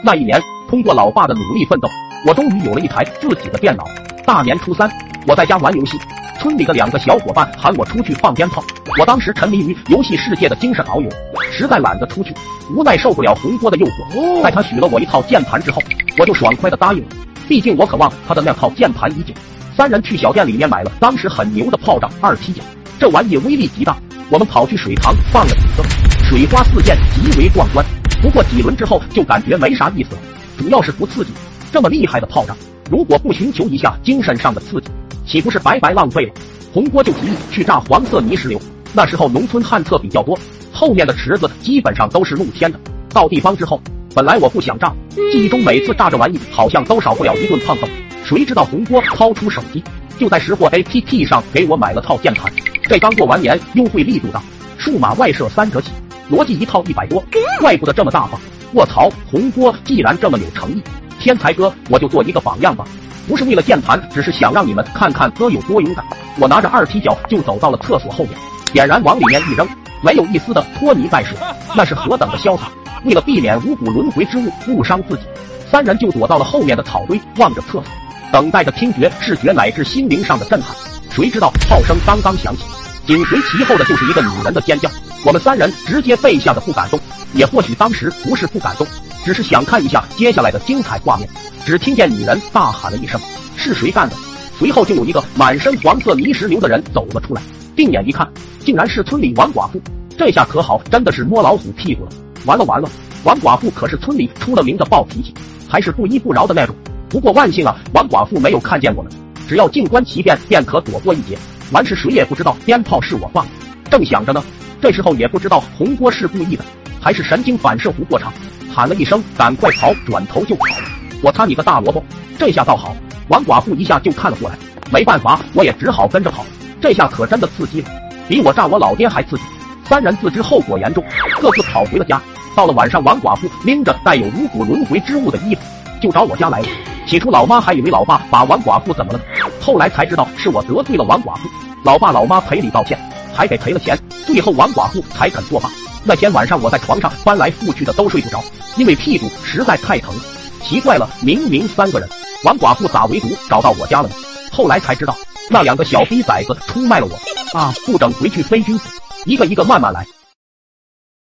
那一年，通过老爸的努力奋斗，我终于有了一台自己的电脑。大年初3，我在家玩游戏，村里的2个小伙伴喊我出去放鞭炮。我当时沉迷于游戏世界的精神遨游，实在懒得出去，无奈受不了红锅的诱惑。在他许了我一套键盘之后，我就爽快地答应了。毕竟我渴望他的那套键盘已久。3人去小店里面买了当时很牛的炮仗2T9，这玩意威力极大。我们跑去水塘放了几个，水花四溅，极为壮观。不过几轮之后就感觉没啥意思了，主要是不刺激。这么厉害的炮仗，如果不寻求一下精神上的刺激，岂不是白白浪费了？红锅就提议去炸黄色泥石流。那时候农村旱厕比较多，后面的池子基本上都是露天的。到地方之后，本来我不想炸，记忆中每次炸这玩意好像都少不了一顿胖揍。谁知道红锅掏出手机，就在识货 APP 上给我买了套键盘。这刚过完年，优惠力度大，数码外设3折起，逻辑一套100多，怪不得这么大方。卧槽，红锅既然这么有诚意，天才哥我就做一个榜样吧。不是为了键盘，只是想让你们看看哥有多勇敢。我拿着2T9就走到了厕所后面，点燃往里面一扔，没有一丝的拖泥带水，那是何等的潇洒。为了避免五谷轮回之物误伤自己，3人就躲到了后面的草堆，望着厕所，等待着听觉、视觉乃至心灵上的震撼。谁知道炮声刚刚响起，紧随其后的就是一个女人的尖叫。我们3人直接被吓得不敢动，也或许当时不是不敢动，只是想看一下接下来的精彩画面。只听见女人大喊了一声：“是谁干的？”随后就有一个满身黄色泥石流的人走了出来，定眼一看，竟然是村里王寡妇。这下可好，真的是摸老虎屁股了。完了完了，王寡妇可是村里出了名的暴脾气，还是不依不饶的那种。不过万幸啊，王寡妇没有看见我们，只要静观其变便可躲过一劫。完事谁也不知道鞭炮是我放的。正想着呢，这时候也不知道红锅是故意的，还是神经反射弧过长，喊了一声赶快跑，转头就跑了。我擦你个大萝卜，这下倒好，王寡妇一下就看了过来，没办法，我也只好跟着跑。这下可真的刺激了，比我炸我老爹还刺激。3人自知后果严重，各自跑回了家。到了晚上，王寡妇拎着带有五谷轮回之物的衣服就找我家来了。起初老妈还以为老爸把王寡妇怎么了，后来才知道是我得罪了王寡妇，老爸老妈赔礼道歉，还给赔了钱，最后王寡妇才肯作罢。那天晚上我在床上翻来覆去的都睡不着，因为屁股实在太疼了。奇怪了，明明3个人，王寡妇咋唯独找到我家了呢？后来才知道，那2个小逼崽子出卖了我啊！不等回去非君子，一个一个慢慢来。